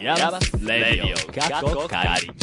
ヤマスレディオかっこかり。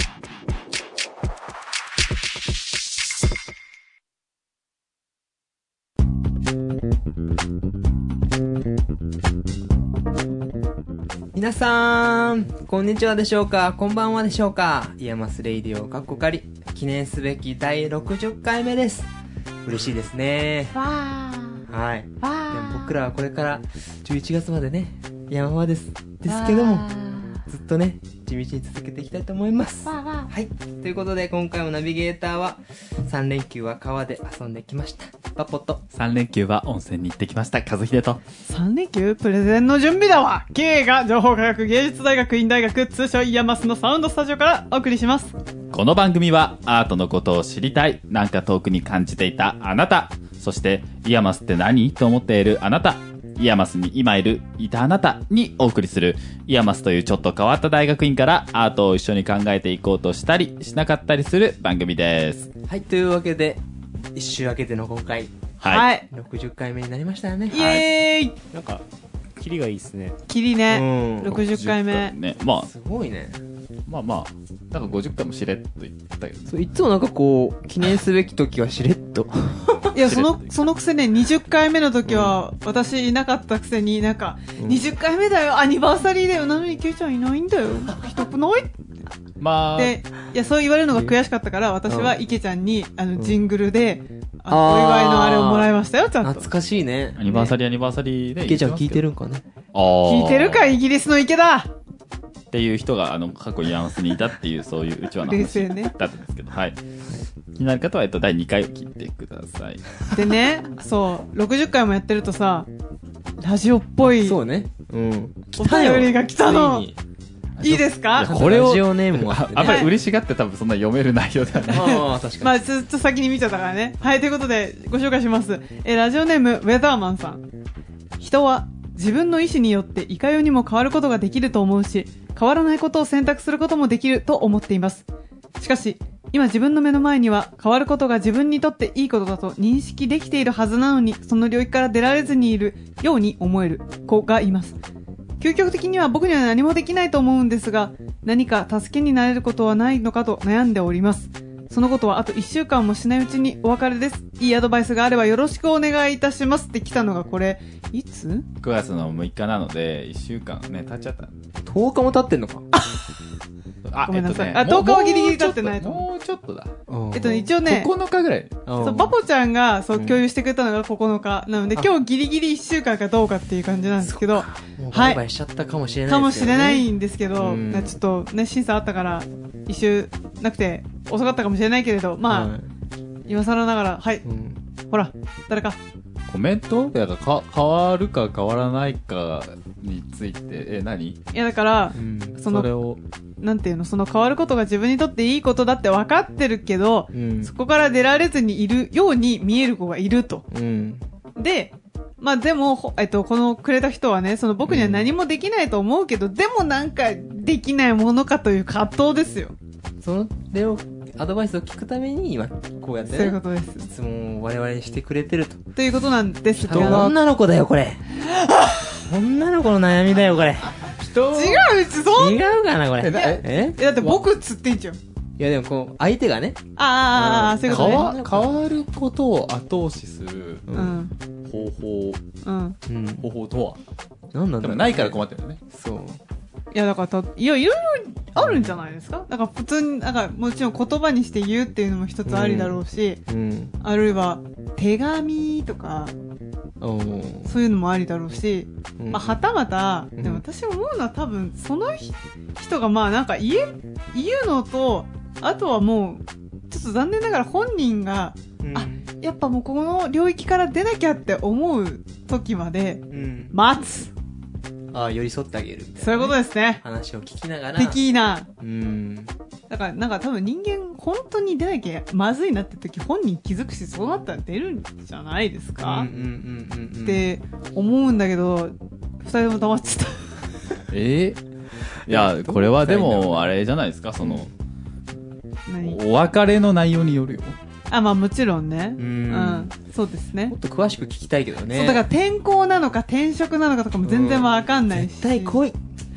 皆さんこんにちはでしょうか、こんばんはでしょうか。イヤマスレイディオかっこかり、記念すべき第60回目です。嬉しいですね。 わーはい。 わでーも僕らはこれから11月までね、山場ですけども、ずっとね地道に続けていきたいと思います。 わーわーはい。ということで今回もナビゲーターは3連休は川で遊んできましたパポと、 3連休は温泉に行ってきました和秀と。 3連休プレゼンの準備だわ。経営が情報科学芸術大学院大学通称イヤマスのサウンドスタジオからお送りします。 この番組はアートのことを知りたい、なんか遠くに感じていたあなた、そしてイヤマスって何と思っているあなた、イヤマスに今いたあなたにお送りする、イヤマスというちょっと変わった大学院からアートを一緒に考えていこうとしたりしなかったりする番組です。 はい。というわけで1週明けての今回はい、 60回目になりましたよね。 イエーイ。 なんかキリがいいですね。 キリね、 うん 60回目。 ね、まあすごいね。 まあまあなんか50回もしれっと言ったけどね。 そういつもなんかこう記念すべき時はしれっといや、そのくせね、20回目の時は、私いなかったくせに、なんか、20回目だよ、アニバーサリーだよ、なのにケイちゃんいないんだよ、人くないまあで、いや、そう言われるのが悔しかったから、私は池ちゃんに、ジングルで、お祝いのあれをもらいましたよ、ちゃんと。 懐かしいね。 アニバーサリーで池ちゃん聞いてるんかね。 聞いてるか、イギリスの池だっていう人が過去イヤマスにいたっていうそういううちわの冷話静ねだったんですけど、はい。気になる方は第2回を聞いてください。 でね、そう、60回もやってるとさ、ラジオっぽい、 そうね。うん。 お便りが来たの。いいですか？ これをラジオネームもあってね。 あんまり嬉しがって多分そんな読める内容ではない。 ああ、確かまあ、ずっと先に見ちゃったからね。はい、ということで、ご紹介します。ラジオネーム、ウェザーマンさん。人は、自分の意思によっていかようにも変わることができると思うし、変わらないことを選択することもできると思っています。しかし、今自分の目の前には変わることが自分にとっていいことだと認識できているはずなのに、その領域から出られずにいるように思える子がいます。究極的には僕には何もできないと思うんですが、何か助けになれることはないのかと悩んでおります。そのことはあと1週間もしないうちにお別れです。いいアドバイスがあればよろしくお願いいたしますって来たのがこれ、いつ 9 月の6日なので、1週間ね、経っちゃった。 10日も経ってんのか。 ごめんなさいあ10日はギリギリ経ってないと思う。 もうちょっとだ。 一応ね、 9日ぐらい。 そう、パポちゃんが、そう、共有してくれたのが9日。なので、今日ギリギリ1週間かどうかっていう感じなんですけど、 もうバイバイしちゃったかもしれないかもですよね。 しれないんですけど、 うんちょっとね、審査あったから、一周なくて遅かったかもしれないけれど、まあ、 はい今更ながら、はい、 うんほら、誰か。 コメントだから変わるか変わらないかについて、何？ いや、だからう、んそのそれを、 なんていうの、その変わることが自分にとっていいことだって分かってるけど、 うんそこから出られずにいるように見える子がいると。 うんで、まあでも、このくれた人はね、その僕には何もできないと思うけど、でもなんかできないものかという葛藤ですよ。 それをアドバイスを聞くために今こうやってそういうこねとです。 質問を我々にしてくれてると。 ということなんですけど。 いや女の子だよこれ。女の子の悩みだよこれ。 違う、そん違うかなこれ。 だって僕っつってんじゃん。 いやでもこう相手がね。 そういうことね。 変わることを後押しするうん。 方法とは？ なんなんだろうねでもないから困ってるよね。 そう。 いや、だからいろいろあるんじゃないですか。だから普通に、なんかもちろん言葉にして言うっていうのも一つありだろうし、 うん。 あるいは手紙とか、 おーそういうのもありだろうし、 うんまあ、はたまた、 うんでも私思うのは多分、その人がまあなんか言うのと、あとはもう、ちょっと残念ながら本人が、 うんあやっぱもうこの領域から出なきゃって思う時まで、 うん。 待つ。 寄り添ってあげるみたいなね。 そういうことですね。 話を聞きながら。 的な。 うん。 だからなんか多分人間本当に出なきゃまずいなって時本人気づくし、そうなったら出るんじゃないですか、って思うんだけど、二人とも黙ってた。 いや、これはでも、あれじゃないですか、 何お別れの内容によるよ。 あ、まあもちろんね。 うんそうですねもっ。と詳しく聞きたいけどね。 そう、だから転校なのか転職なのかとかも全然わかんないし。 絶対来い。 あ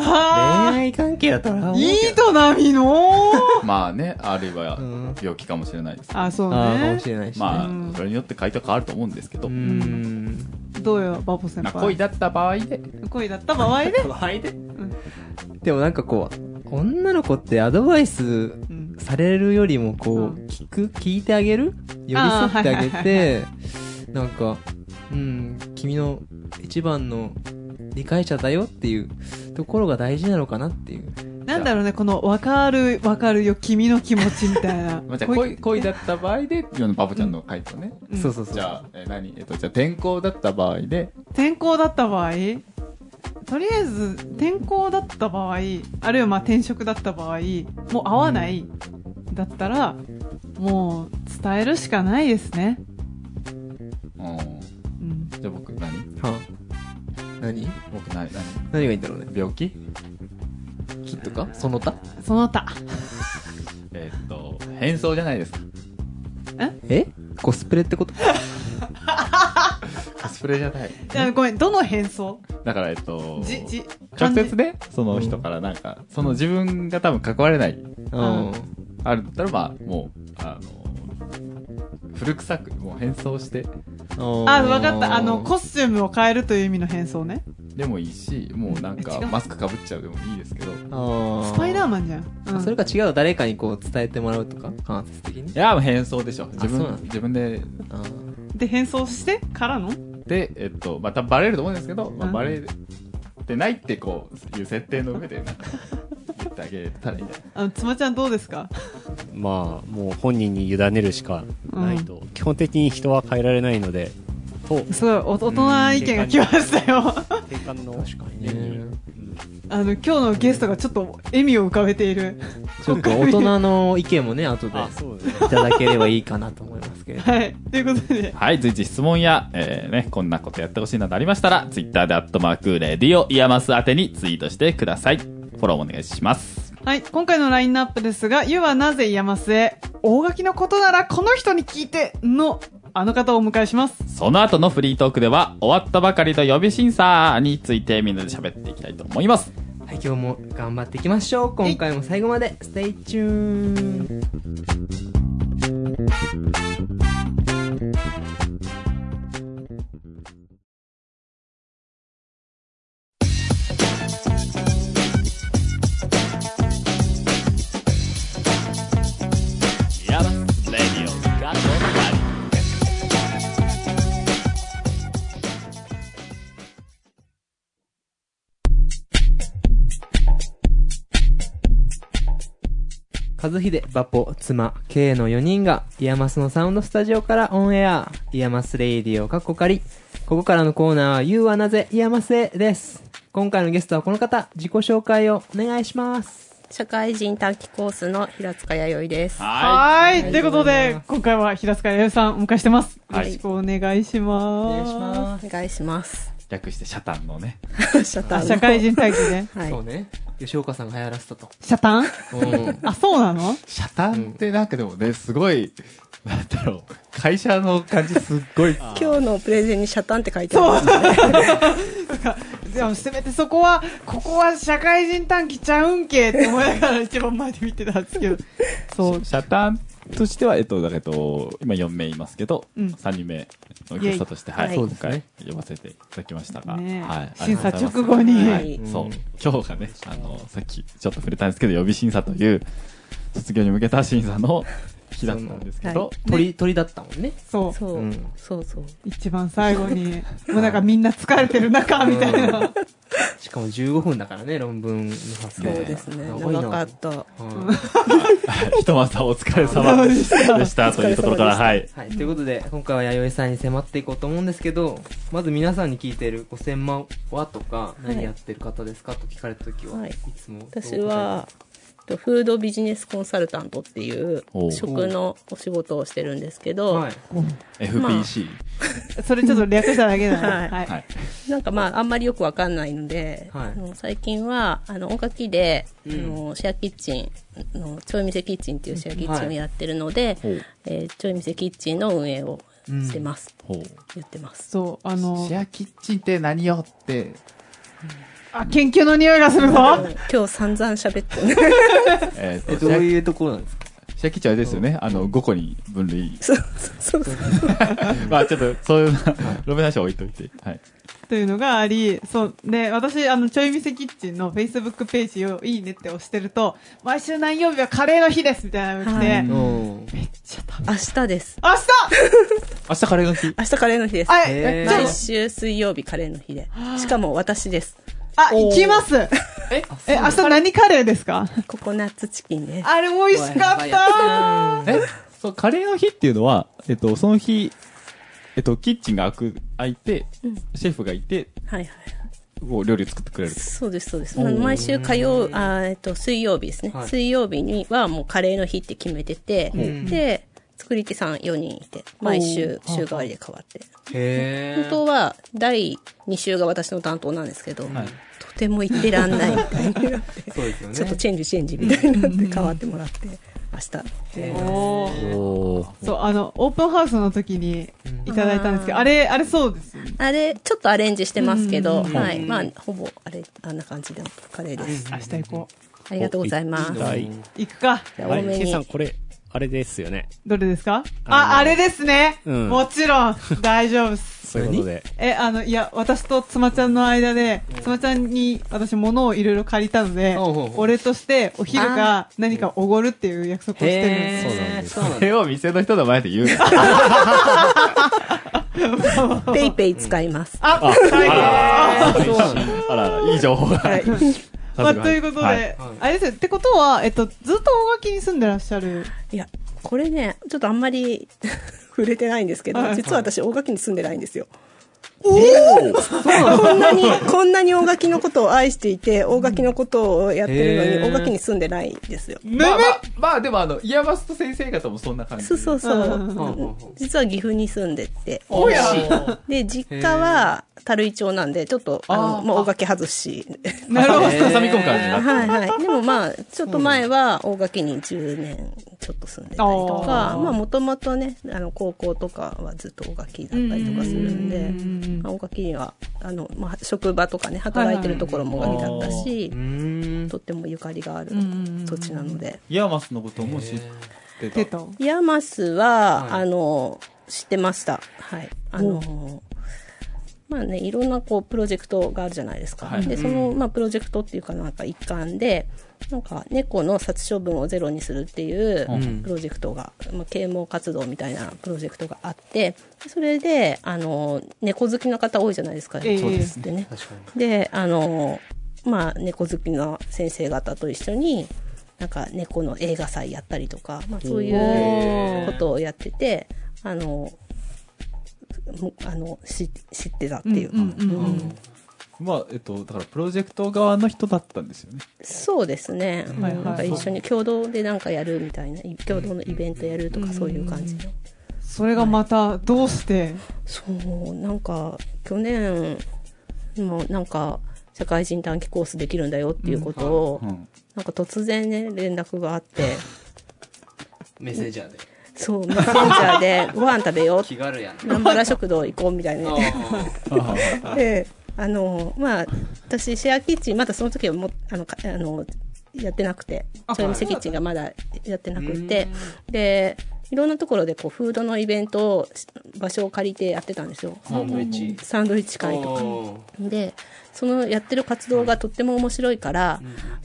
あ恋愛関係だったらあ、いいとなみのまあね、あるいはうん病気かもしれないです。 あ、そうああ、かもねし。れないしね。 まあうん、 それによって回答変わると思うんですけど、 どうよ、バボ先まあ輩。 恋だった場合で、 恋だった場合で。 場合ででもなんかこう、女の子ってアドバイスうんされるよりもこう、 うん聞いてあげる寄り添ってあげあーはいはいはいて、なんか、君の一番の理解者だよっていうところが大事なのかなっていう。 なんだろうね、この、わかるよ、君の気持ちみたいな。 まあ、じゃあ恋だった場合で、今のバボちゃんの回答ね。 うんそうそうそう。 じゃあ、じゃあ転校だった場合で、 転校だった場合とりあえず、転校だった場合、あるいはまあ転職だった場合、もう会わない、だったら、もう伝えるしかないですね。 うん。 うん。 じゃあ僕何は何僕何何がいいんだろうね。 病気キットかその他その他。 変装じゃないですか。 えコスプレってことコスプレじゃない。 いやごめん、どの変装だから直接ね、その人からなんか、その自分が多分関われない、 うん。 あるんだったら、まあ、もう、古臭く、もう変装して、 あ、わかった。コスチュームを変えるという意味の変装ね。 でもいいし、もうなんか違う、 マスクかぶっちゃうでもいいですけど、いスパイダーマンじゃん。うんそれか違う誰かにこう伝えてもらうとか間接的に。 や、もう変装でしょ。 そうなの自分で、 あで、変装してからので、まあ、多分バレると思うんですけど、まあ、 うんバレてないってこう、いう設定の上で、なんか、言ってあげたらいいんじゃないつまちゃんどうですかまあ、もう本人に委ねるしかないと。基本的に人は変えられないので、と、 すごい、大人な意見が来ましたよ。 定感の、 確かにね。 今日のゲストがちょっと笑みを浮かべている。 ちょっと大人の意見もね、後であ、そうですね。 いただければいいかなと思いますけれど。 はい。ということで、 はい、随時質問や、こんなことやってほしいなどありましたら、ツイッターでレディオイヤマス宛てにツイートしてください。フォローもお願いします。 はい。今回のラインナップですが、ゆはなぜイヤマスへ、大垣のことならこの人に聞いての、あの方をお迎えします。 その後のフリートークでは、終わったばかりの予備審査についてみんなで喋っていきたいと思います。 はい、今日も頑張っていきましょう。今回も最後まで、ステイチューン。 イヤマスレディオガットバリ。 和秀、バポ、妻、K の4人が、イヤマスのサウンドスタジオからオンエア、イヤマスレイディオカッコ仮。ここからのコーナーは、You はなぜイヤマスへです。今回のゲストはこの方、自己紹介をお願いします。 社会人短期コースの平塚弥生です。 ははい。ということで、今回は平塚弥生さんお迎えしてます。よはいろしくお願いします。 お願いします。 お願いします。 い。略してシャタンのね。 シャタンの社会人待機ね。 はい。 そうね。吉岡さんが流行らせたと。 シャタンうん。 あ、そうなのシャタンってなんかでもね、すごい、なんだろう、会社の感じすっごい。 今日のプレゼンにシャタンって書いてあるんですね。 でもせめてそこは、ここは社会人短期ちゃうんけって思いながら一番前で見てたんですけど。そう。 シャタンとしては、今4名いますけど、 うん 3人目のゲストとして、はい、 イェイ今回呼ばせていただきましたが、 ねえはい。 審査ありがとう直後にございますはいそう。今日がね、さっきちょっと触れたんですけど、予備審査という、卒業に向けた審査の日だったんですけど、 鳥だったもんね。 そう。 そう、 うんそうそう。 一番最後に、もうなんかみんな疲れてる中、みたいな。 しかも15分だからね、論文の発そう表。 ですね。 長いな長かった。 うんひとまずはお疲れ様でしたというところから、はい。 はい、ということで、今回は弥生さんに迫っていこうと思うんですけど、まず皆さんに聞いているご専門はとか、何やってる方ですかと聞かれたときは、 はいいつもどう答えて私は、フードビジネスコンサルタントっていうおう食のお仕事をしてるんですけど、 はい。 FPC。 それちょっと略しただけだね。 はいはい。 はい。 なんかまああんまりよくわかんないので、 はい最近は音楽機で、 うんシェアキッチンのちょい店キッチンっていうシェアキッチンをやってるので、 ほう。 ちょい店キッチンの運営をしてます、 ほう。 言ってます。 そう、 シェアキッチンって何よって、 あ、研究の匂いがするぞ。 今日散々喋ってる。 どういうところなんですか？ シャキッチあれですよね。5個に分類。 そうそう。 まあちょっと、そういう、ロメなしは置いといて。はい。 というのがあり、そう。で、私、ちょい店キッチンの Facebook ページをいいねって押してると、毎週何曜日はカレーの日ですみたいなのが来て、めっちゃ食べ明日です。 明日明日カレーの日。 明日カレーの日です。 あ、 へー毎週水曜日カレーの日で。しかも私です。 あ、行きます。明日何カレーですか？ ココナッツチキンです。 あれ美味しかったそう、カレーの日っていうのは、その日、キッチンが開いて、シェフがいて、 はいはい。 こう料理を作ってくれると。 そうです、そうです。毎週水曜日ですね。 はい水曜日にはもうカレーの日って決めてて、で、作り手さん4人いて、毎週週替わりで変わって。 へ本当は第2週が私の担当なんですけど、とても行ってらんないみたいになってそうですよね。 ちょっとチェンジみたいになって変わってもらって明日おーおー。 そう、オープンハウスの時にいただいたんですけど、あれそうですよね。 あれちょっとアレンジしてますけど、はい、まあほぼあんな感じでカレーです。 明日行こありがとうございます。 はい。 行くか。 じゃあはい。 多めにケイさん、これ、あれですよね。 どれですか？あれですね。 うんもちろん、大丈夫っす。 そういうことで。 いや、私と妻ちゃんの間で、妻ちゃんに私物をいろいろ借りたので、 ほうほうほう俺としてお昼か何かおごるっていう約束をしてるんですよ。 そうなんですそうなんそれを店の人の前で言うな。 ペイペイ使います。 あ、最高。 あら、いい情報が。 はい。 まあ、ということで、 はいあれですよ。ってことは、ずっと大垣に住んでらっしゃる。 いや、これね、ちょっとあんまり触れてないんですけど、 はい実は私大垣に住んでないんですよ。 おこんなに大垣のことを愛していて、大垣のことをやってるのに、 へー大垣に住んでないんですよ。 まあでもイヤマスと先生方もそんな感じ。 そうそうそううん実は岐阜に住んでて。 おやで、実家は樽井町なんで、ちょっと、大垣外し。 なるほど。 挟み込む感じになって。 はいはい。でもまあ、ちょっと前は大垣に10年ちょっと住んでたりとか、まあもともとね、高校とかはずっと大垣だったりとかするんで、まあ大垣には、まあ職場とかね、働いてるところも大垣だったし、とってもゆかりがある土地なので。 イヤマスのことも知ってた。 出た。 イヤマスは、知ってました。はい。まあね、いろんなこう、プロジェクトがあるじゃないですか。で、その、まあ、プロジェクトっていうかなんか一環で、なんか、猫の殺処分をゼロにするっていうプロジェクトが、まあ、啓蒙活動みたいなプロジェクトがあって、それで、猫好きの方多いじゃないですか。 そうですね。で、まあ、猫好きな先生方と一緒に、なんか猫の映画祭やったりとか、まあ、そういうことをやってて、知ってたっていうか。 まあ、だからプロジェクト側の人だったんですよね。 そうですね。 はいなんか一緒に共同でなんかやるみたいな、共同のイベントやるとかそういう感じの。 それがまた、どうして、 そう、なんか、去年もなんか、社会人短期コースできるんだよっていうことを、なんか突然ね、連絡があって、 メッセンジャーで。 そう、メッセンジャーでご飯食べよう。 気軽やん。 南原食堂行こうみたいな。で、まあ、私、シェアキッチン、まだその時はやってなくて、そういう店キッチンがまだやってなくて、で、いろんなところでこう、フードのイベントを、場所を借りてやってたんですよ。 サンドイッチ。 サンドイッチ会とか。で、そのやってる活動がとっても面白いから、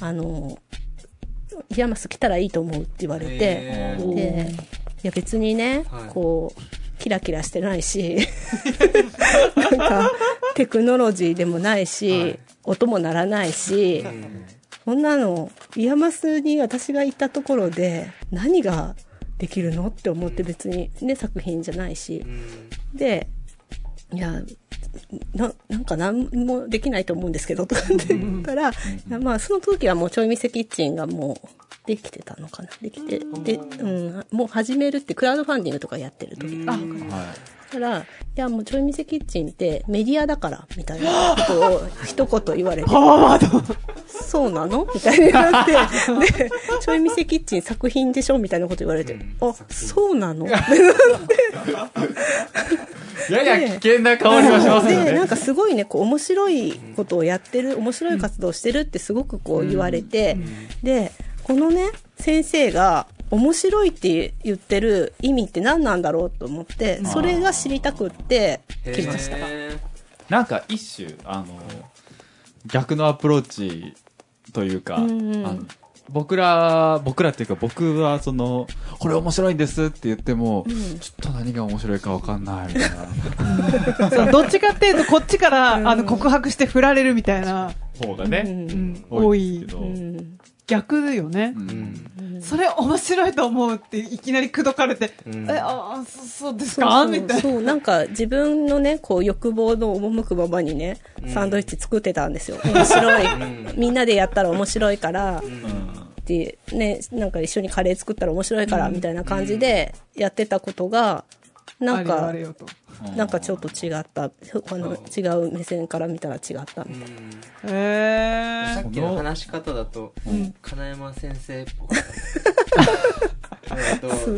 イヤマス来たらいいと思うって言われて、で、いや別にね、こう、キラキラしてないし、なんか、テクノロジーでもないし、音も鳴らないし、そんなの、イヤマスに私が行ったところで、何ができるのって思って別にね、作品じゃないし。で、いや、なんか何もできないと思うんですけど、とかって言ったら、まあその時はもうちょい店キッチンがもうできてたのかな。できて、で、もう始めるってクラウドファンディングとかやってる時だから、いやもうちょい店キッチンってメディアだから、みたいなことを一言言われて。 そうなのみたいになって、で、ちょい店キッチン作品でしょみたいなこと言われて、あ、そうなのやや危険な香りはしますよね。 で、なんかすごいね、こう、面白いことをやってる、面白い活動をしてるってすごくこう言われて、で、このね、先生が、面白いって言ってる意味って何なんだろうと思って、それが知りたくって来ました。 なんか一種、逆のアプローチというか、僕らっていうか僕はこれ面白いんですって言っても、ちょっと何が面白いか分かんないみたいな。 そうどっちかっていうとこっちから、告白して振られるみたいな方がね、 多いけど、逆よね、それ面白いと思うっていきなり口説かれて、そうですかみたいな。 そう、なんか自分のね、こう欲望の赴くままにね、サンドイッチ作ってたんですよ。面白い。みんなでやったら面白いから、で、ね、なんか一緒にカレー作ったら面白いから、みたいな感じでやってたことが、なんかちょっと違った、違う目線から見たら違ったみたいな。 さっきの話し方だと、金山先生っぽかった。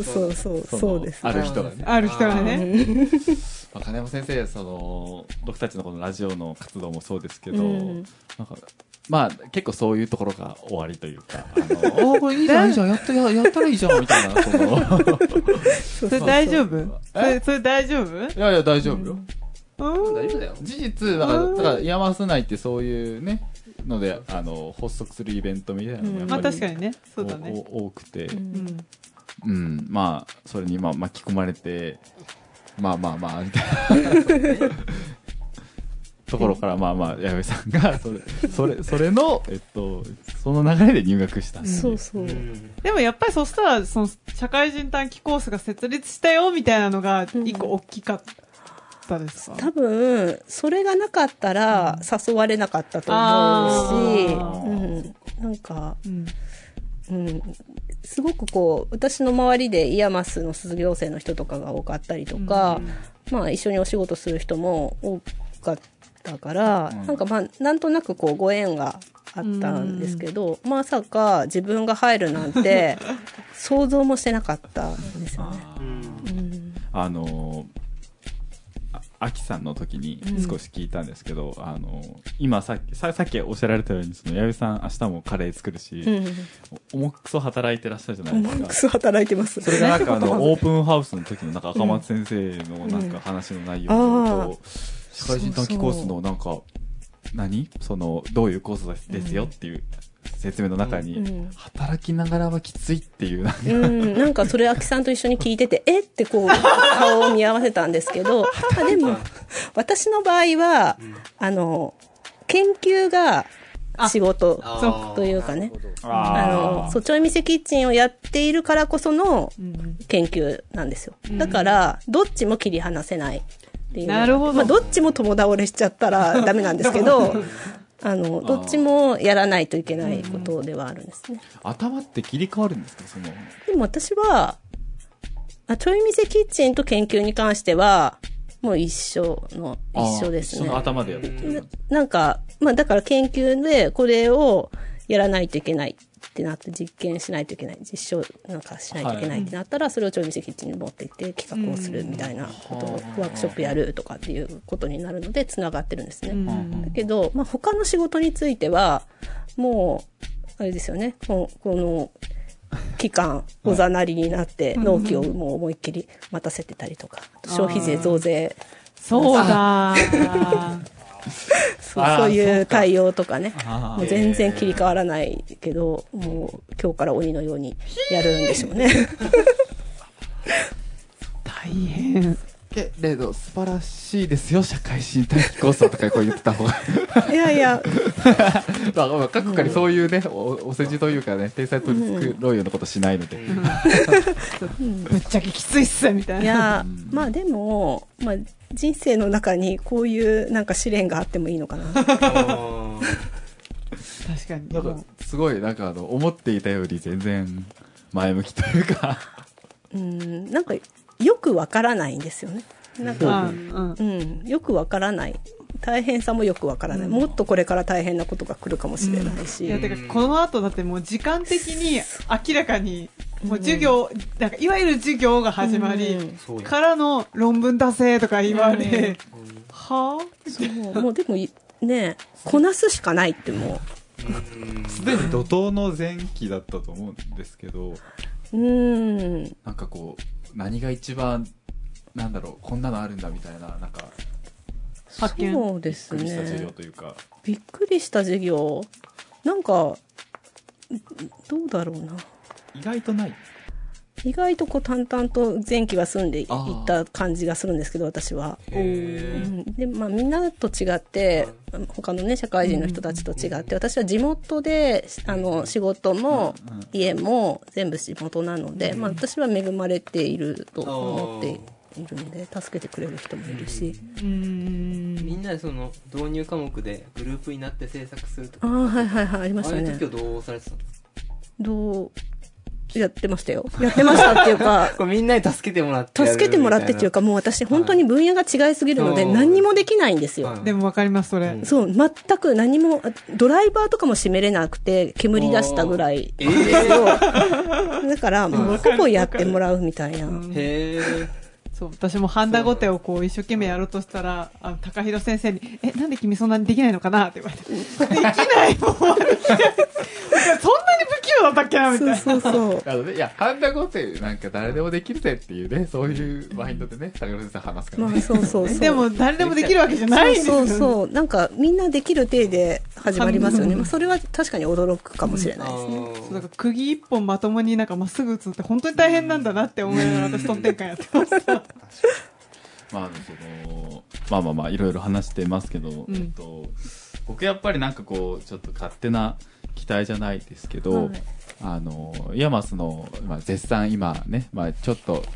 そうです。 ある人がね。 ある人がね。 金山先生、僕たちのこのラジオの活動もそうですけど、なんか、まあ、結構そういうところが終わりというか、これいいじゃん、いいじゃん、やったらいいじゃん、みたいな、 それ大丈夫？それ大丈夫？ いや、大丈夫よ。 大丈夫だよ。 事実、だから、イヤマス内ってそういうね、ので、発足するイベントみたいなのが、 確かにね、そうだね。 多くて、まあ、それに巻き込まれて、まあ、みたいな。ところから、弥生さんが、それの、その流れで入学したんで。 そう。 でもやっぱりそしたら、社会人短期コースが設立したよ、みたいなのが、一個大きかったですか？ 多分、それがなかったら、誘われなかったと思うし、なんか、すごくこう、私の周りでイヤマスの卒業生の人とかが多かったりとか、まあ一緒にお仕事する人も多かったから、なんかなんとなくこうご縁があったんですけど、まさか自分が入るなんて想像もしてなかったんですよね。 アキさんの時に少し聞いたんですけど、今さっきおっしゃられたように、弥生さん明日もカレー作るし、重くそ働いてらっしゃるじゃないですか。 重くそ働いてます。 それがなんかオープンハウスの時のなんか赤松先生のなんか話の内容と、社会人短期コースのなんか、どういうコースですよっていう説明の中に、働きながらはきついっていうなんかそれ、アキさんと一緒に聞いてて、ってこう、顔を見合わせたんですけど、でも、私の場合は、研究が仕事というかね、ちょい店キッチンをやっているからこその研究なんですよ。だから、どっちも切り離せないっていう。 なるほど。 まあ、どっちも友倒れしちゃったらダメなんですけど、どっちもやらないといけないことではあるんですね。 頭って切り替わるんですか？ でも私は、ちょい店キッチンと研究に関しては、もう一緒ですね。 一緒の頭でやってる。 なんか、だから研究でこれをやらないといけないってなって、実験しないといけない、実証なんかしないといけないってなったら、それをちょい店キッチンに持っていって企画をするみたいなことを、ワークショップやるとかっていうことになるので、つながってるんですね。だけど、他の仕事については、もう、あれですよね、この、期間、おざなりになって、納期をもう思いっきり待たせてたりとか、消費税増税。 そうだそういう対応とかね。もう全然切り替わらないけど、もう今日から鬼のようにやるんでしょうね。 大変。 けれど素晴らしいですよ、社会人短期コースとかこう言ってた方がいやいや各界そういうね、お世辞というかね、天才取り繕うようなことしないので、 ぶっちゃけきついっすみたいな。 いや、まあでも、人生の中にこういうなんか試練があってもいいのかな。 確かに。 なんかすごいなんか思っていたより全然前向きというかなんかよくわからないんですよね。なんか、よくわからない大変さもよくわからない、もっとこれから大変なことが来るかもしれないし、 いや、てか、この後だってもう時間的に明らかに、もう授業、なんかいわゆる授業が始まり、からの論文出せとか言われ、はぁそうもうでもね、こなすしかないってもすでに怒涛の前期だったと思うんですけど、なんかこう、何が一番、なんだろう、こんなのあるんだみたいな、なんか、 発見。 そうですびっくりした授業ね。 というか。 びっくりした授業。なんか、どうだろうな。 意外とない。 意外とこう淡々と前期は済んでいった感じがするんですけど、私は。で、まあみんなと違って、他のね、社会人の人たちと違って、私は地元で、仕事も家も全部地元なので、まあ私は恵まれていると思っているので、助けてくれる人もいるし。 みんなでその導入科目でグループになって制作するとか。 はいはいはい、ありましたね。 ああいう時はどうされてたんですか？ やってましたよ。やってましたっていうか、 こうみんなに助けてもらって助けてもらってっていうか、もう私本当に分野が違いすぎるので、何にもできないんですよ。 でもわかります、それ。 そう、全く何も、ドライバーとかも閉めれなくて、煙出したぐらいですよ。だから、もうほぼやってもらうみたいな。 へー。 そう、私もハンダゴテをこう一生懸命やろうとしたら、高弘先生に、なんで君そんなにできないのかなって言われて、できないもん、そんなに不器用だったっけなみたいな。 そうそうそう。 いや、ハンダゴテなんか誰でもできるぜっていうね、そういうマインドでね、高弘先生話すからね。 まあそうそうそう。 でも誰でもできるわけじゃないんですよ。 そうそうそう。なんかみんなできる体で始まりますよね。まあそれは確かに驚くかもしれないですね。 そうだから釘一本まともになんかまっすぐ打つって本当に大変なんだなって思いながら私トンテンカンやってました。 まあいろいろ話してますけど、僕やっぱりなんかこうちょっと勝手な期待じゃないですけど、イヤマスの、絶賛今ね、ちょっと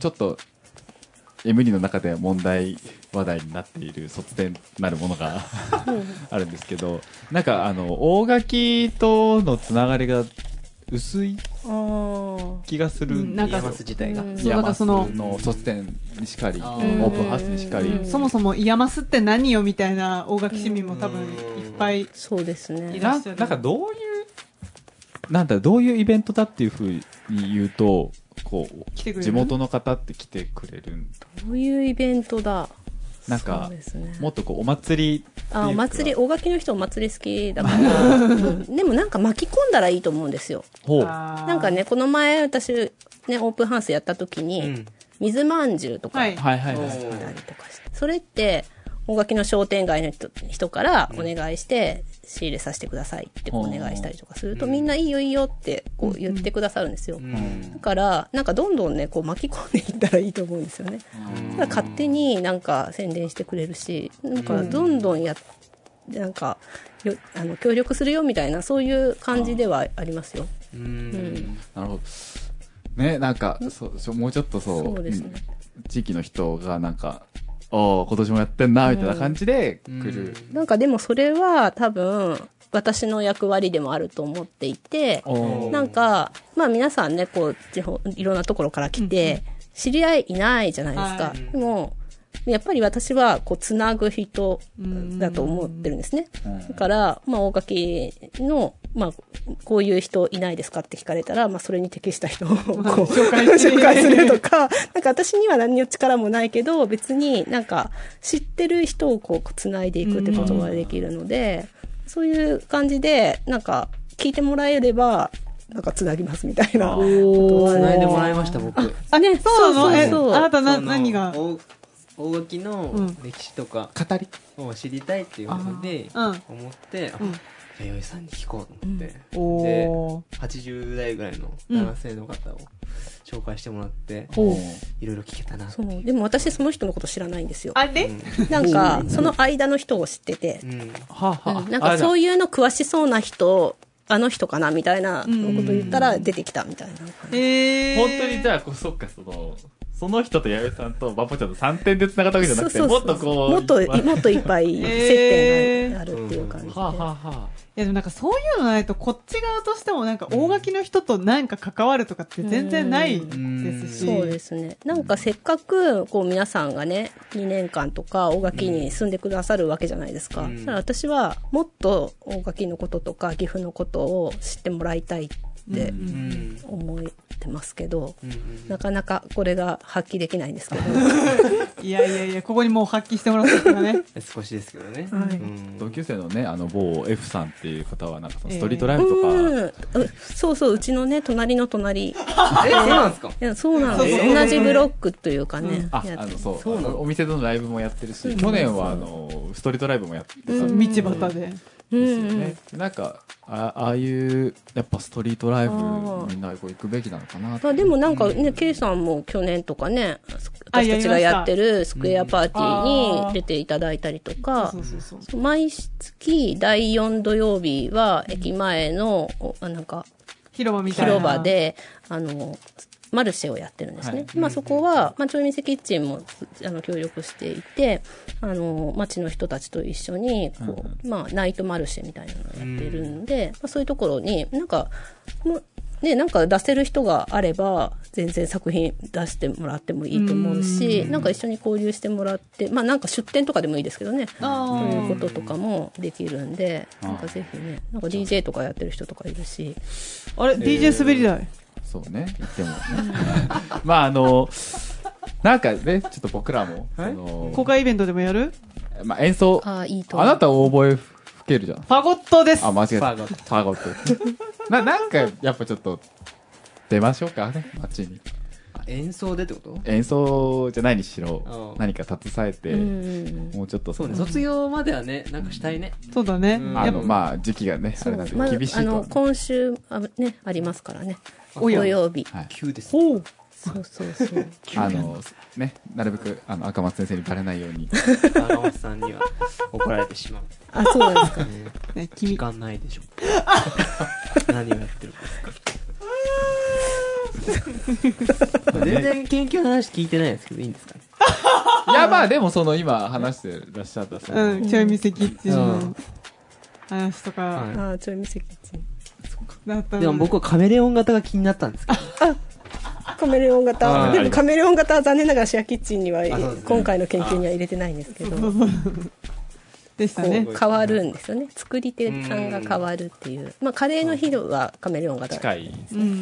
M2 の中で問題話題になっている卒展なるものがあるんですけど、なんか大垣とのつながりが薄い気がするんなんかイヤマス自体が。 そうだからその卒展にしかり、オープンハウスにしかり、 そもそもイヤマスって何よみたいな大垣市民も多分いっぱいそうですね。 いらっしゃる。 なんかどういうイベントだっていうふうに言うと、こう地元の方って来てくれるんだ。 どういうイベントだ。 なんか、 そうですね、 もっとこうお祭りっていうか。 お祭り、大垣の人お祭り好きだから、でもなんか巻き込んだらいいと思うんですよ。なんかね、この前私ね、オープンハウスやった時に、水まんじゅうとか、 はいはいはいはい。 それって、大垣の商店街の人からお願いして仕入れさせてくださいってお願いしたりとかすると、みんないいよいいよってこう言ってくださるんですよ。だからなんかどんどんねこう巻き込んでいったらいいと思うんですよね。だから勝手になんか宣伝してくれるし、なんかどんどんなんか協力するよみたいなそういう感じではありますよ。 なるほど。ね、なんかもうちょっとそうですね。 地域の人がなんか。今年もやってんなみたいな感じで来る、 なんかでもそれは多分私の役割でもあると思っていて、なんかまあ皆さんねこういろんなところから来て、知り合いいないじゃないですか、でもやっぱり私はこうつなぐ人だと思ってるんですね。だからまあ大垣のまあこういう人いないですかって聞かれたら、まあそれに適した人をこう紹介するとか、なんか私には何の力もないけど別になんか知ってる人をこうつないでいくってことができるので、そういう感じでなんか聞いてもらえればなんかつなぎますみたいなことはつないでもらいました僕。 ね、 そうなの？ そうあなた何が？ 大垣の歴史とか語りを知りたいっていうので思って弥生さんに聞こうと思って、で80代ぐらいの男性の方を紹介してもらっていろいろ聞けたな。 そうでも私その人のこと知らないんですよ。 あれ？ なんかその間の人を知ってて、なんかそういうの詳しそうな人あの人かなみたいなこと言ったら出てきたみたいな。 本当にじゃあそっかその人と弥生さんとバポちゃんと3点で繋がったわけじゃなくて、 そうそうそうもっとこう。 もっといっぱい接点があるっていう感じで。 はあ、はあはあ、 いやでもなんかそういうのないとこっち側としてもなんか大垣の人となんか関わるとかって全然ないですし。 そうですね。なんかせっかくこう皆さんがね2年間とか大垣に住んでくださるわけじゃないですか。だから私はもっと大垣のこととか岐阜のことを知ってもらいたいって思ってますけど、なかなかこれが発揮できないんですけど。 いやいやいや、ここにもう発揮してもらったからね。 少しですけどね。 はい同級生のね、某 F さんっていう方は、なんかそのストリートライブとか、 そうそう、うちのね、隣の隣。 そうなんですか？ いや、そうなんですよ。同じブロックというかね。 お店でのライブもやってるし、去年はストリートライブもやってた道端で。 ですよね。なんか、ああいう、やっぱストリートライブみんな行くべきなのかなと。 でもなんかね、K さんも去年とかね、私たちがやってるスクエアパーティーに出ていただいたりとか、毎月第4土曜日は駅前の、なんか、 広場みたいな。 広場で、マルシェをやってるんですね。まあそこは、まあ、ちょい店キッチンも、協力していて、町の人たちと一緒に、こう、まあ、ナイトマルシェみたいなのをやっているんで、まあそういうところに、なんか、ね、なんか出せる人があれば、全然作品出してもらってもいいと思うし、なんか一緒に交流してもらって、まあなんか出店とかでもいいですけどね、そういうこととかもできるんで、なんかぜひね、なんか DJ とかやってる人とかいるし。 あれ、DJ 滑り台。 そうね、言ってもね。まあなんかね、ちょっと僕らも、 公開イベントでもやる？ まあ演奏、 いいとあなた大声吹けるじゃん。 ファゴットです。 あ、間違えた。ファゴット。なんか、やっぱちょっと、出ましょうかね、街に。 演奏でってこと？ 演奏じゃないにしろ、何か携えて、もうちょっと。 そうね、卒業まではね、なんかしたいね。 そうだね。 まあ、時期がね、あれなんで、厳しいと。 今週、ね、ありますからね。土曜日。 急です。 そうそうそう。 ね、なるべく、赤松先生にバレないように。 赤松さんには怒られてしまう。 あ、そうなんですかね。時間ないでしょ。何をやってるかですか。全然研究の話聞いてないですけど、いいんですかね。 いや、まあ、でも今話してらっしゃった、 ちょい店キッチンの話とか。 ちょい店キッチン。 でも僕はカメレオン型が気になったんですけど。 カメレオン型。でもカメレオン型は残念ながらシェアキッチンには、今回の研究には入れてないんですけど。 でしたね。 変わるんですよね。作り手さんが変わるっていう。まあ、カレーの日はカメレオン型。 近い。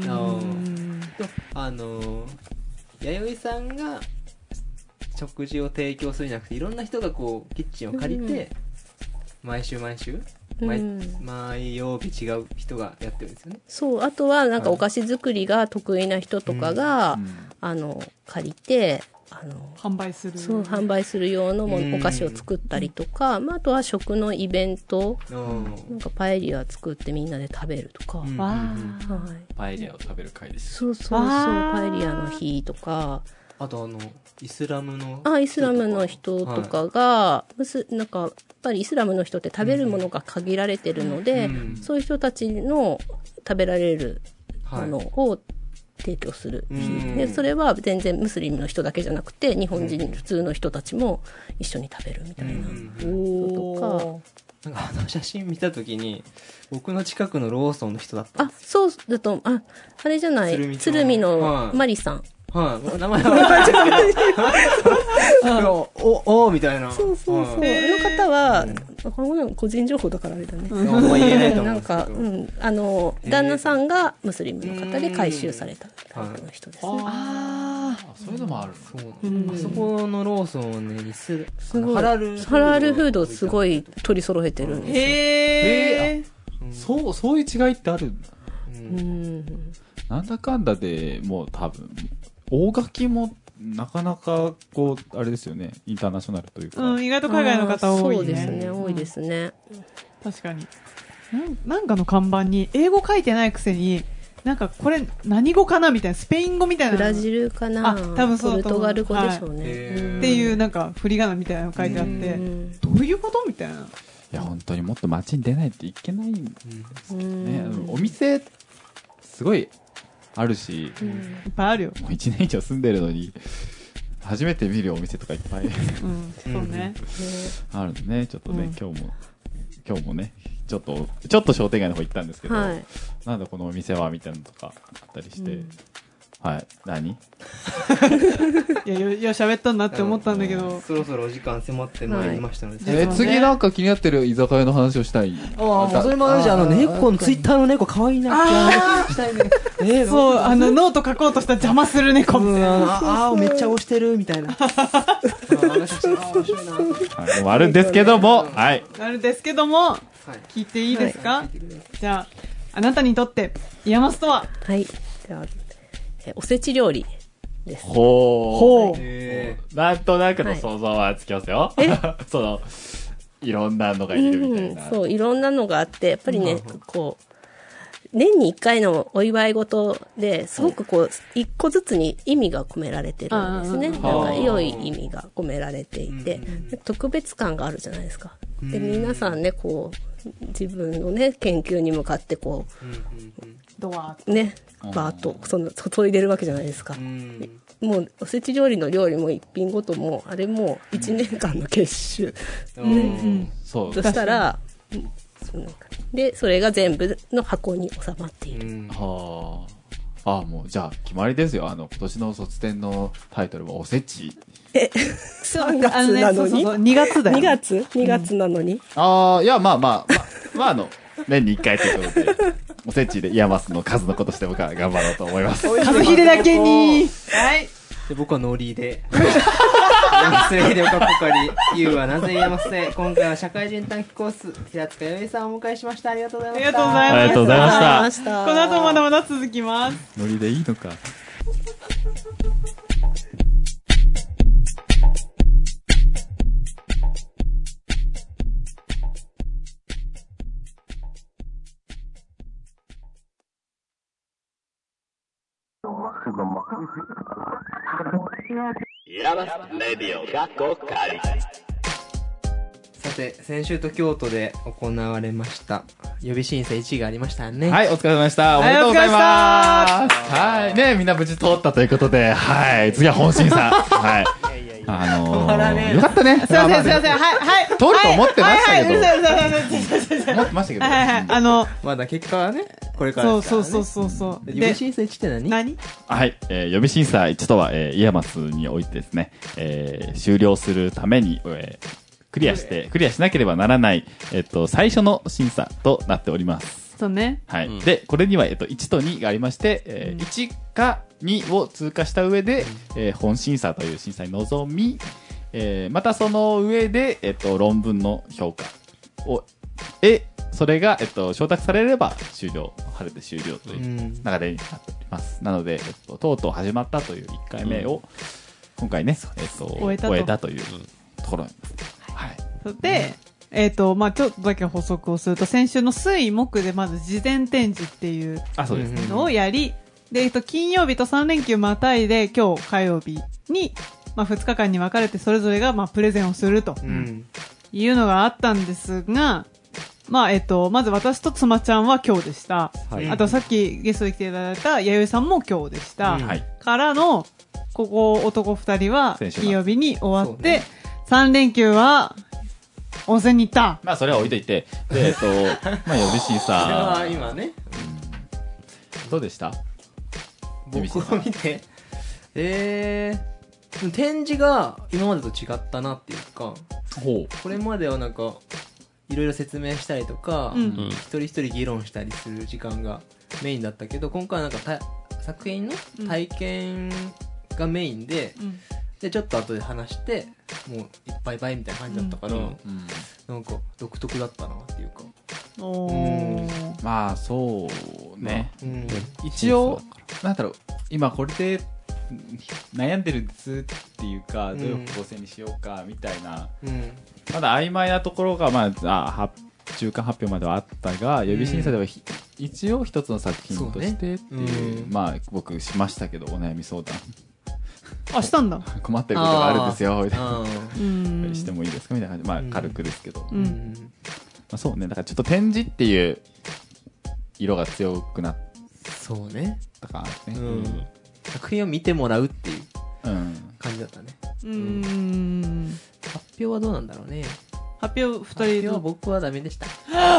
弥生さんが食事を提供するんじゃなくて、いろんな人がこう、キッチンを借りて、毎週毎曜日違う人がやってるんですよね。 そう、あとはなんかお菓子作りが得意な人とかが、借りて、 販売する。 そう、販売する用のお菓子を作ったりとか、まあ、あとは食のイベント、なんかパエリア作ってみんなで食べるとか。 パエリアを食べる会です。 そうそうそう、パエリアの日とか。 あとイスラムの人とかが、なんか、やっぱりイスラムの人って食べるものが限られてるので、そういう人たちの食べられるものを提供する日。で、それは全然ムスリムの人だけじゃなくて、日本人、普通の人たちも一緒に食べるみたいなことか。なんか写真見たときに、僕の近くのローソンの人だったんですよ。そうだと、あれじゃない、鶴見のマリさん。 名前は分かっちゃったけど、みたいな。 そう。の方は、個人情報だからあれだね。なんか、旦那さんがムスリムの方で改宗されたタイプの人ですね。 そういうのもある。 あそこのローソンね、 すごい。ハラルフードすごい取り揃えてるんですよ。そういう違いってあるんだ。なんだかんだでもう多分、大垣もなかなかあれですよね、インターナショナルというか。 意外と海外の方多いね。 そうですね、多いですね。 確かに。なんかの看板に英語書いてないくせに、なんかこれ何語かなみたいな、スペイン語みたいな。 ブラジルかな、 多分そうポルトガル語でしょうね。 っていうなんか振り仮名みたいなの書いてあって、どういうことみたいな。いや、本当にもっと街に出ないといけないんですよね。お店、すごい、 あるし、 いっぱいあるよ。 もう1年以上住んでるのに、初めて見るお店とかいっぱいうん、そうね。 あるんでね、ちょっとね、今日もね、ちょっと商店街の方行ったんですけど、 はいなんだこのお店はみたいなのとかあったりして、はい、何いや、喋ったんだって思ったんだけど。 そろそろお時間迫ってまいりましたので。 次なんか気になってる居酒屋の話をしたい。 ああ、もうそれもあるし、猫のツイッターの猫可愛いなって話したいね。 そう、ノート書こうとしたら邪魔する猫みたいな。 めっちゃ押してるみたいな。面白いな。 はい、もあるんですけども、はい。 あるんですけども、聞いていいですか？じゃあ、あなたにとって、イヤマスとは？ はい。では、おせち料理です。 ほう。なんとなくの想像はつきますよ。いろんなのがいるみたいな。 そう、いろんなのがあって、やっぱりね、こう、年に一回のお祝い事ですごくこう、一個ずつに意味が込められてるんですね。なんか良い意味が込められていて、特別感があるじゃないですか。で、皆さんね、こう、自分のね、研究に向かってこう、ね、バーッと、注いでるわけじゃないですか。もう、おせち料理の料理も一品ごとも、あれも一年間の結集。 そう。 そしたら、で、それが全部の箱に収まっている。 はあ。あ、もう、じゃあ、決まりですよ。今年の卒展のタイトルはおせち。 3月なのに、 2月だよ。 2月なのに。 ああ、いや、まあ、年に1回ということで、おせちでイヤマスの数のことして僕は頑張ろうと思います。 和秀だけに。はい。 で、僕はノリで。ヤマスレイディオカッコカリ、You はなぜヤマスで、今回は社会人短期コース、平塚よいさんをお迎えしました。ありがとうございました。 ありがとうございました。 ありがとうございました。 この後もまだまだ続きます。 ノリでいいのか。 さて、先週と京都で行われました予備審査1位がありましたね。 はい、お疲れ様でした。おめでとうございます。はい、ね、みんな無事通ったということで、はい、次は本審査。はい。よかったね。 すいません、はい。 通ると思ってましたけど。思ってましたけど。 はい、 まだ結果はね、これからですからね。 そう。 予備審査1って何？ はい、予備審査1とは、イヤマスにおいてですね、終了するために、クリアしなければならない、最初の審査となっております。 そうね。 はい。で、これには、1と2がありまして、1か2を通過した上で、本審査という審査に臨み、またその上で、論文の評価を、それが、承諾されれば終了、晴れて終了という流れになっております。なので、とうとう始まったという1回目を、今回ね、終えたというところになります。はい。 で、まあちょっとだけ補足をすると、先週の水木でまず事前展示っていうのをやり、で、金曜日と3連休またいで、今日火曜日に、まあ2日間に分かれてそれぞれが、まあプレゼンをすると、いうのがあったんですが、まあまず私と妻ちゃんは今日でした。はい、あとさっきゲストで来ていただいた弥生さんも今日でした。はい、からの、ここ男2人は金曜日に終わって、3連休は、温泉に行った。 まあ、それは置いといて。で、まあ、予備審査。 それは今ね。 どうでした？ 僕を見て。展示が今までと違ったなっていうか、これまではなんか、いろいろ説明したりとか、一人一人議論したりする時間がメインだったけど、今回はなんか作品の体験がメインで、でちょっと後で話してもういっぱいいっぱいみたいな感じだったから、なんか独特だったなっていうか。 まあそうね、一応なんだろう、今これで悩んでるんですっていうか、どういう構成にしようかみたいな、まだ曖昧なところが、まあ中間発表まではあったが、予備審査では一応一つの作品としてっていう、まあ僕しましたけど、お悩み相談したんだ。 困ってることがあるんですよみたいな、してもいいですかみたいな感じ、まあ軽くですけど、まあ、そうね、だからちょっと展示っていう色が強くなっそうね。 とかあるね。 うん。作品を見てもらうっていううん。 感じだったね。 発発表はどうなんだろうね。 表二発表人の。 は僕はダメでした。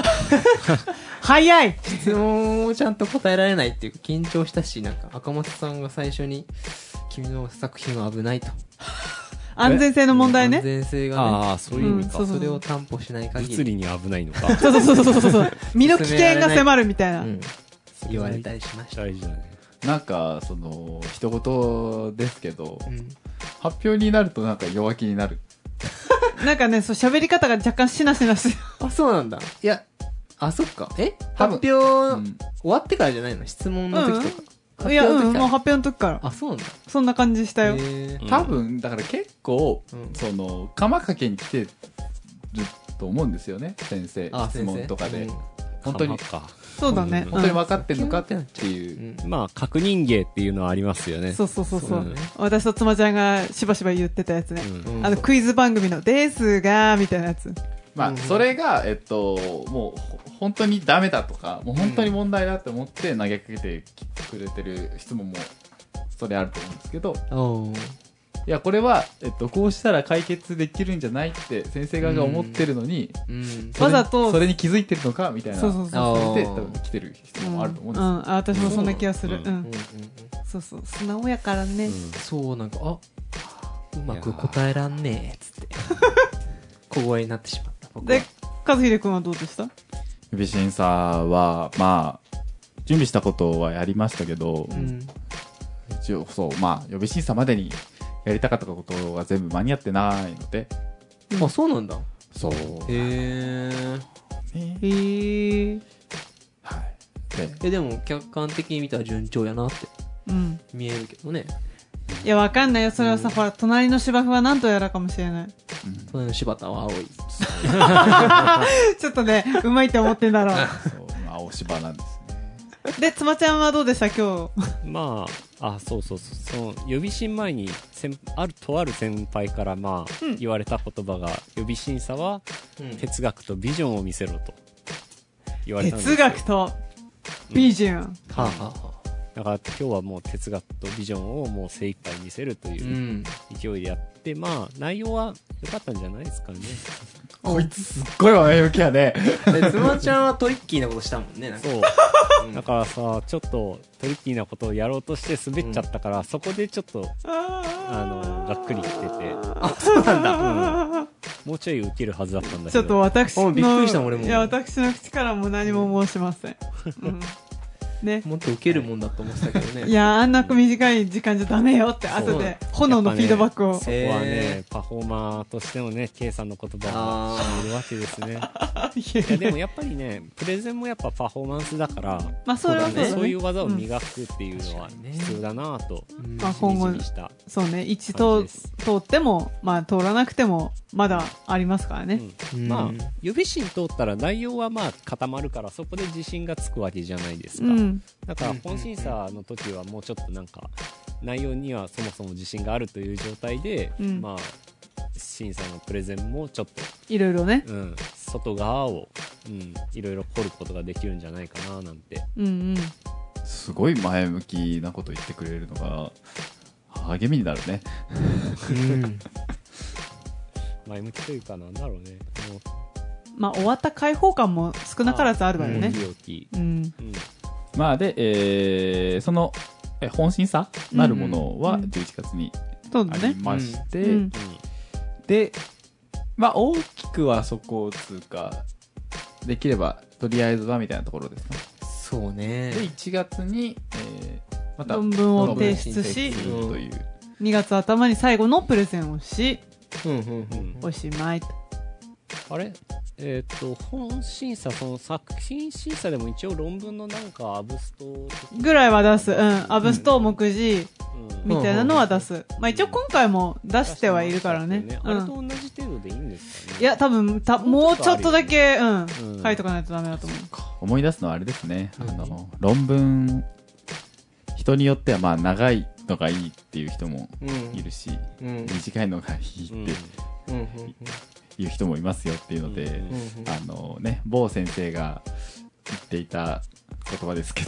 早い質問をちゃんと答えられないっていうか緊張したし、なんか赤松さんが最初に君の作品は危ないと。 安全性の問題安ね。 全性がね。 ああ、そういう意味か。 うんそれを担保しない限り。 物理に危ないのか。 そうそうそうそうそう。身の危険が迫るみたいな。 うん言われたりしました。 大事だね。 なんか、その、一言ですけど、 うん発表になるとなんか弱気になる。 なんかね、そう喋り方が若干しなしなしてる。 あ、そうなんだ。いや、あ、そっか。 多分発表、終わってからじゃないの質問の時とか。発いや、 表の時からもう発表の時から。 あ、そうなんだ。 そんな感じしたよ。 多分、だから結構、 うんその、釜かけに来てると思うんですよね、先生。 あ質問とかで。 先生本当に、 か。 そうだね。 本当に分かってんのかっていう。 まあ、確認芸っていうのはありますよね。 そうそうそうそう。 そうだね私と妻ちゃんがしばしば言ってたやつね。 うんあの、クイズ番組の、ですが、みたいなやつ。 まあ、それが、もう、本当にダメだとか、もう本当に問題だって思って投げかけてくれてる質問も、それあると思うんですけど、 おーいや、これは、こうしたら解決できるんじゃないって先生側が思ってるのに、 うん。 それわざとそれに気づいてるのかみたいな。 そうそうそうあーで、多分来てる質問もあると思うんですよ。 あ、私もそんな気がする。 ううんん。そうそう。素直やからね。 そう、なんか、うまく答えらんねえ、つって。小声になってしまった。僕はで、和秀くんはどうでした指審査は、まあ、準備したことはやりましたけど、 うん。 一応、そう、まあ、予備審査までにやりたかったことが全部間に合ってないので、 あ、そうなんだ。 そう。 へねへえ。 はい。で、 でも、客観的に見たら順調やなってうん。 見えるけどね。 いや、わかんないよ。それはさ、ほら、隣の芝生は何とやらかもしれない。 隣の柴田は青い。 ちょっとね、うまいって思ってんだろう。 そう、青芝なんですね。 で、妻ちゃんはどうでした今日。 まあ、そうそうそう。その、予備審前に、とある先輩から、まあ、 うん言われた言葉が、予備審査は、哲学とビジョンを見せろと、言われたんですよ。 哲学とビジョン。 はあ、はあはあ、 だから今日はもう哲学とビジョンをもう精一杯見せるといううん勢いでやって、まあ、内容は良かったんじゃないですかね。 こいつすっごい前向きやね。 で、つまちゃんはトリッキーなことしたもんね、なんか。 そう。だからさ、ちょっとトリッキーなことをやろうとして滑っちゃったから、そこでちょっと、がっくりきてて、 あ、そうなんだ。 もうちょい受けるはずだったんだけど。 ちょっと私の、 おびっくりした俺もいや、私の口からも何も申しません。うんね。 もっと受けるもんだと思ってたけどね。 いや、あんな短い時間じゃダメよって、 そう後で炎のフィードバックを。 そこはね、パフォーマーとしてのね、K さんの言葉がいるわけですね。いや、でもやっぱりね、プレゼンもやっぱパフォーマンスだから、 まあ、それはそうだね。 そういう技を磨くっていうのは確かにね必要だなぁと、 まあ、 し今後みじみした。 そうね、一感じです通っても、まあ、通らなくても、まだありますからね。 うんまあ、予備審通ったら内容はまあ固まるからそこで自信がつくわけじゃないですか。 うん。 だから本審査の時はもうちょっとなんか内容にはそもそも自信があるという状態で、 うんまあ審査のプレゼンもちょっと、 いろいろね。 外側を、いろいろ掘ることができるんじゃないかななんて。 うんうん。 すごい前向きなこと言ってくれるのが、励みになるね。 うん。 前向きというかなんだろうね。もまあ、終わった開放感も少なからずあるわよねう、。大きい。 うん。 うんまあ、で、その、本審査なるものはうん 11月にあそうだねり。まして、 うんで、まあ、大きくはそこを通過できれば、とりあえずはみたいなところですね。 そうねで、。1月に、また論文を提出しするという。 2月頭に最後のプレゼンをし、 うんうんうんおしまいと。 あれ本審査、その作品審査でも一応論文のなんかアブストぐらいは出す。うん。アブスト、目次、 うんみたいなのは出す。まあ一応今回も出してはいるからね。 あれとうん。 同じ程度でいいんですかね。 いや、多分、もうちょっとだけ、 うん書いとかないとダメだと思う。 思い出すのはあれですね。論文、人によってはまあ長いのがいいっていう人もいるし、 うん短いのがいいってうんうんいう人もいますよっていうので、 うん某先生が言っていた言葉ですけど、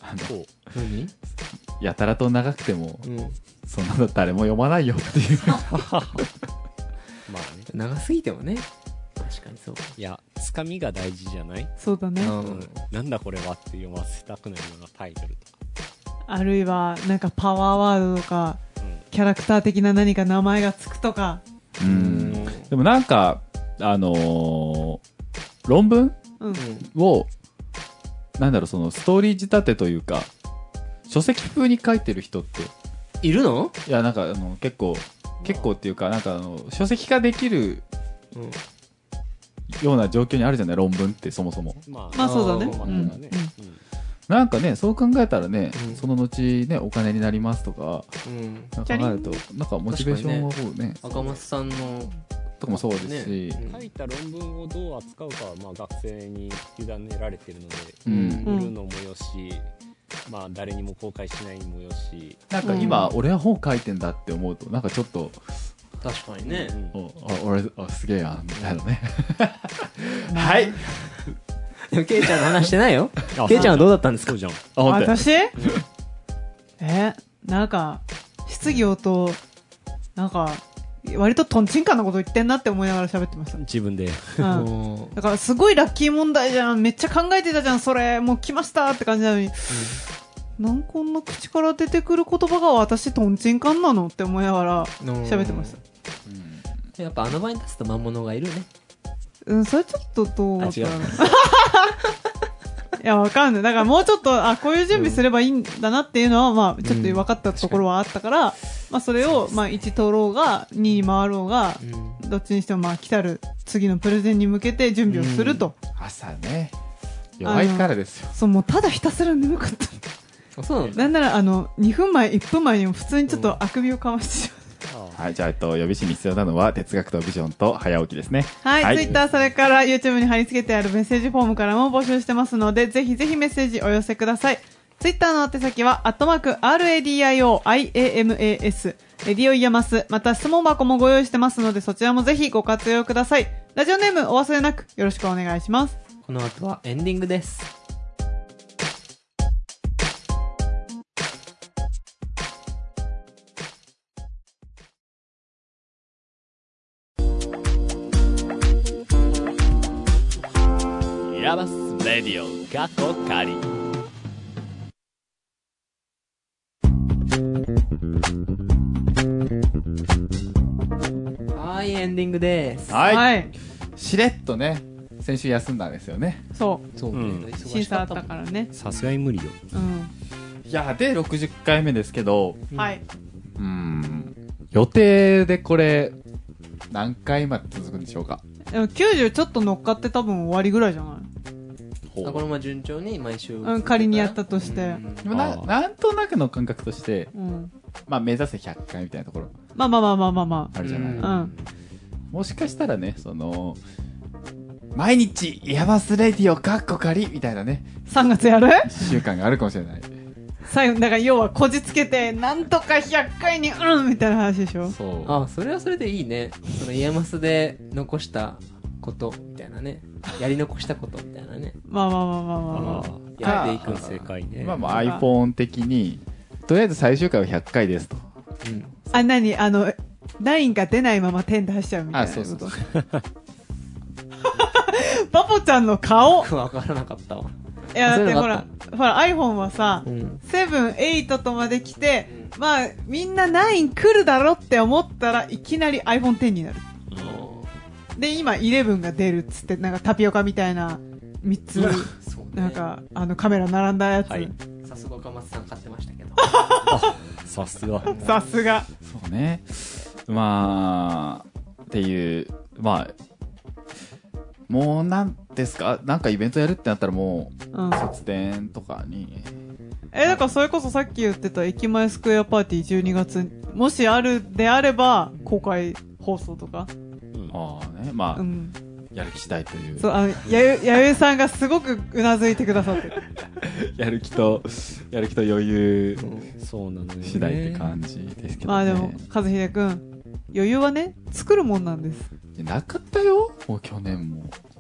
そう。 何？ やたらと長くても、 うん。 そんなの誰も読まないよっていう。 まあね。 長すぎてもね。確かにそう。 いや、つかみが大事じゃない？ そうだね。 なんだこれはって読ませたくなるようなタイトルとか。 あるいは、なんかパワーワードとか、 うんキャラクター的な何か名前がつくとか。 でもなんか、論文うん。 を、なんだろう、そのストーリー仕立てというか、書籍風に書いてる人って、 いるの？ いや、なんか結構っていうか、なんか書籍化できるうん。 ような状況にあるじゃない、論文ってそもそも。 ままあそうだね。 あーうん。 ねなんかね、そう考えたらね、 うんその後ね、お金になりますとか、 うん。 考えると、なんかモチベーションをね、 赤松さんの、 とかもそうですし、 ね書いた論文をどう扱うかは、まあ、学生に委ねられてるので、 うんうん売るのもよし、まあ、誰にも公開しないもよし、 なんか今、俺は本書いてんだって思うと、なんかちょっと、 確かにね。 俺、すげえやん、みたいなね。はい。 でも、ケイちゃんの話してないよ。 あケイちゃんはどうだったんですか？ そうじゃん。 あ、本当に。 私なんか、質疑応答、なんか、割とトンチンカンなこと言ってんなって思いながら喋ってました。 自分で。 うん。 もだからすごいラッキー問題じゃん。めっちゃ考えてたじゃん、それ。もう来ましたって感じなのに。なんこんな口から出てくる言葉が私トンチンカンなのって思いながら喋ってました。 やっぱあの場に立つと魔物がいるね。 うん、それちょっとどうあ違ういや、わかんない。だからもうちょっと、こういう準備すればいいんだなっていうのは、まあ、ちょっと分かったところはあったから、まあ、それを、まあ、1取ろうが、2に回ろうが、どっちにしても、まあ、来たる次のプレゼンに向けて準備をすると。 朝ね、弱いからですよ。 そう、もうただひたすら眠かった。 あ、そうなんだ。 なんなら、2分前、1分前にも普通にちょっとあくびをかましてしまう。 はい、じゃあ、予備士に必要なのは、哲学とビジョンと早起きですね。 はい、ツイッター、それから YouTube に貼り付けてあるメッセージフォームからも募集してますので、ぜひぜひメッセージお寄せください。ツイッターの宛先は、@RADIOIAMAS、レディオイヤマス、また質問箱もご用意してますので、そちらもぜひご活用ください。ラジオネームお忘れなく、よろしくお願いします。 この後はエンディングです。 ヤバスレディオ過去仮。 はい、エンディングです。 はい、 はい。 しれっとね、先週休んだんですよね。 そう。 そううんね。 審査あったからね。 さすがに無理よ。 うん。 いや、で、60回目ですけど、 はい。 予定でこれ、何回まで続くんでしょうか。 でも90ちょっと乗っかって多分終わりぐらいじゃない？ あ、このまま順調に毎週。 うん、仮にやったとして。 でもなんとなくの感覚として、 うん。 まあ目指せ100回みたいなところまあまあまあまあまあまあるじゃない。 うんあ。うん。 もしかしたらね、毎日、ヤバスレディオカッコ仮みたいなね、 3月やる習慣があるかもしれない。 最後、だから要はこじつけて、なんとか100回に、みたいな話でしょ。 そう。 あ、それはそれでいいね。そのイヤマスで残したことみたいなね。やり残したことみたいなね。 まあまあまあまあまあまあ。 やっていく正解ね。 まあまあ iPhone 的に、とりあえず最終回は100回ですと。 うん。 あ、何ラインが出ないまま点出しちゃうみたいな。 あ、そうそうそう。 パポちゃんの顔。 わからなかったわ。 いや、だってほそういうのがら、iPhone はさ、 うん。 7、8とまで来て、まあ、みんな9来るだろって思ったらいきなり iPhone X になる。で、今11が出るっつって、なんかタピオカみたいな3つ、 そうね。 なんか、カメラ並んだやつ。 はいさすが岡松さん買ってましたけど。 さすが。 さすが。 そうね。まあ、っていう、まあ、もうなんですか、なんかイベントやるってなったらもう、 うん。 卒展とかに、 だからそれこそさっき言ってた駅前スクエアパーティー12月、もしあるであれば、公開放送とか。 ああね、まあ、 うん。 やる気次第という。 そう、やゆさんがすごくうなずいてくださってる。 やる気と余裕そうなのよね。 次第って感じですけどね。 まあでも、和秀くん、余裕はね、作るもんなんです。 なかったよ、もう去年も。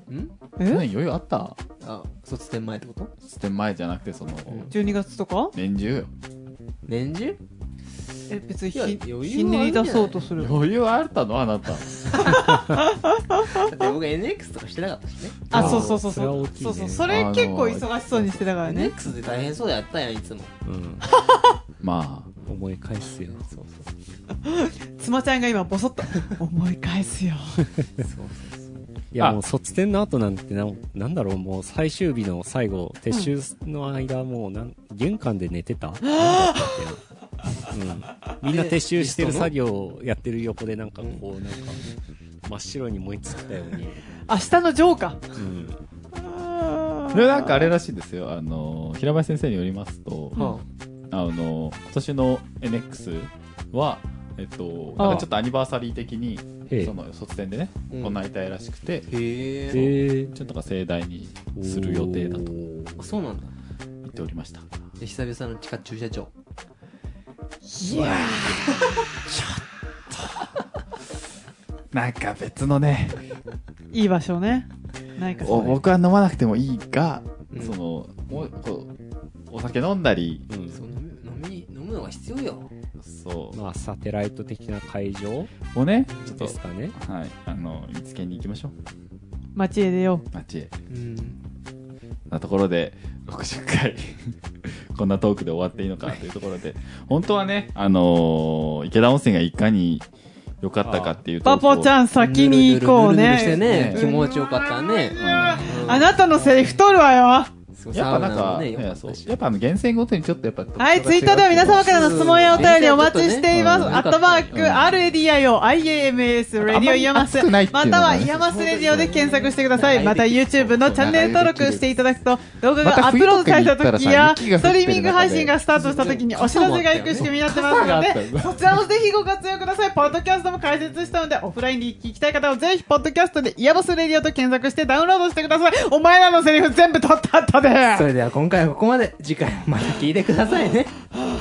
去年余裕あった？ あ、卒展前ってこと？ 卒展前じゃなくて 12月とか年中よ。 年中？ 別にいや余裕はあるんじゃないひねり出そうとする。 余裕あったのあなた。 だって僕 NX とかしてなかったしね。 あ、そうそうそうそれはそう。 大きいねそうそう。それ結構忙しそうにしてたからね。 NX で大変そうでやったやん、いつも。 ま思い返すよ。 妻ちゃんが今ボソッと思い返すよ。 いや、もう卒展の後なんてなんだろう、もう最終日の最後、撤収の間、もう玄関で寝てた、なんだったっけな。みんな撤収してる作業をやってる横でなんかこう、なんか真っ白に燃え尽きたように。 明日のジョーか。 で、なんかあれらしいですよ。平林先生によりますと、今年の NX は、なんかちょっとアニバーサリー的に、その卒展でね、行いたいらしくて、ちょっと盛大にする予定だと。 あ、そうなんだ。 言っておりました。 で、久々の地下駐車場。 いやー、ちょっと。なんか別のね、 いい場所ね。ないか僕は飲まなくてもいいが、もうお酒飲んだり、 飲むのが必要よ。 そう。 まあ、サテライト的な会場をね、ちょっと、 ですかね。 はい、見つけに行きましょう。 街へ出よう。街へ。なところで、60回、こんなトークで終わっていいのかというところで、本当はね、池田温泉がいかに良かったかっていうと。 パポちゃん先に行こうね。 してね、気持ちよかったね。 あなたのセリフ取るわよ。 やっぱなんか、やっぱ厳選ごとにちょっとやっぱ。 はい、ツイッターでは皆様からの質問やお便りお待ちしています。@RADIO-IAMS ラディオイヤマス。またはイヤマスレディオで検索してください。また YouTube のチャンネル登録していただくと、動画がアップロードされた時や、ストリーミング配信がスタートした時にお知らせが行く仕組みになってますので、そちらもぜひご活用ください。ポッドキャストも開設したので、オフラインで聞きたい方はぜひ、ポッドキャストでイヤマスレディオと検索してダウンロードしてください。お前らのセリフ全部取った後で。 それでは今回はここまで。次回また聞いてくださいね。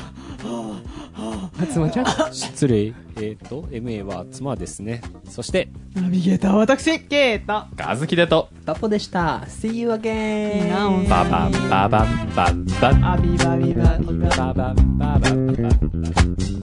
妻ちゃん。 失礼。MA は妻ですね。そして、 ナビゲーターは私、ケイタ。 ガズキデと、 パポでした。See you again. いいな、温泉。 ババンババンバンバン。 アビバビバビバ。 ババンババンバンバン。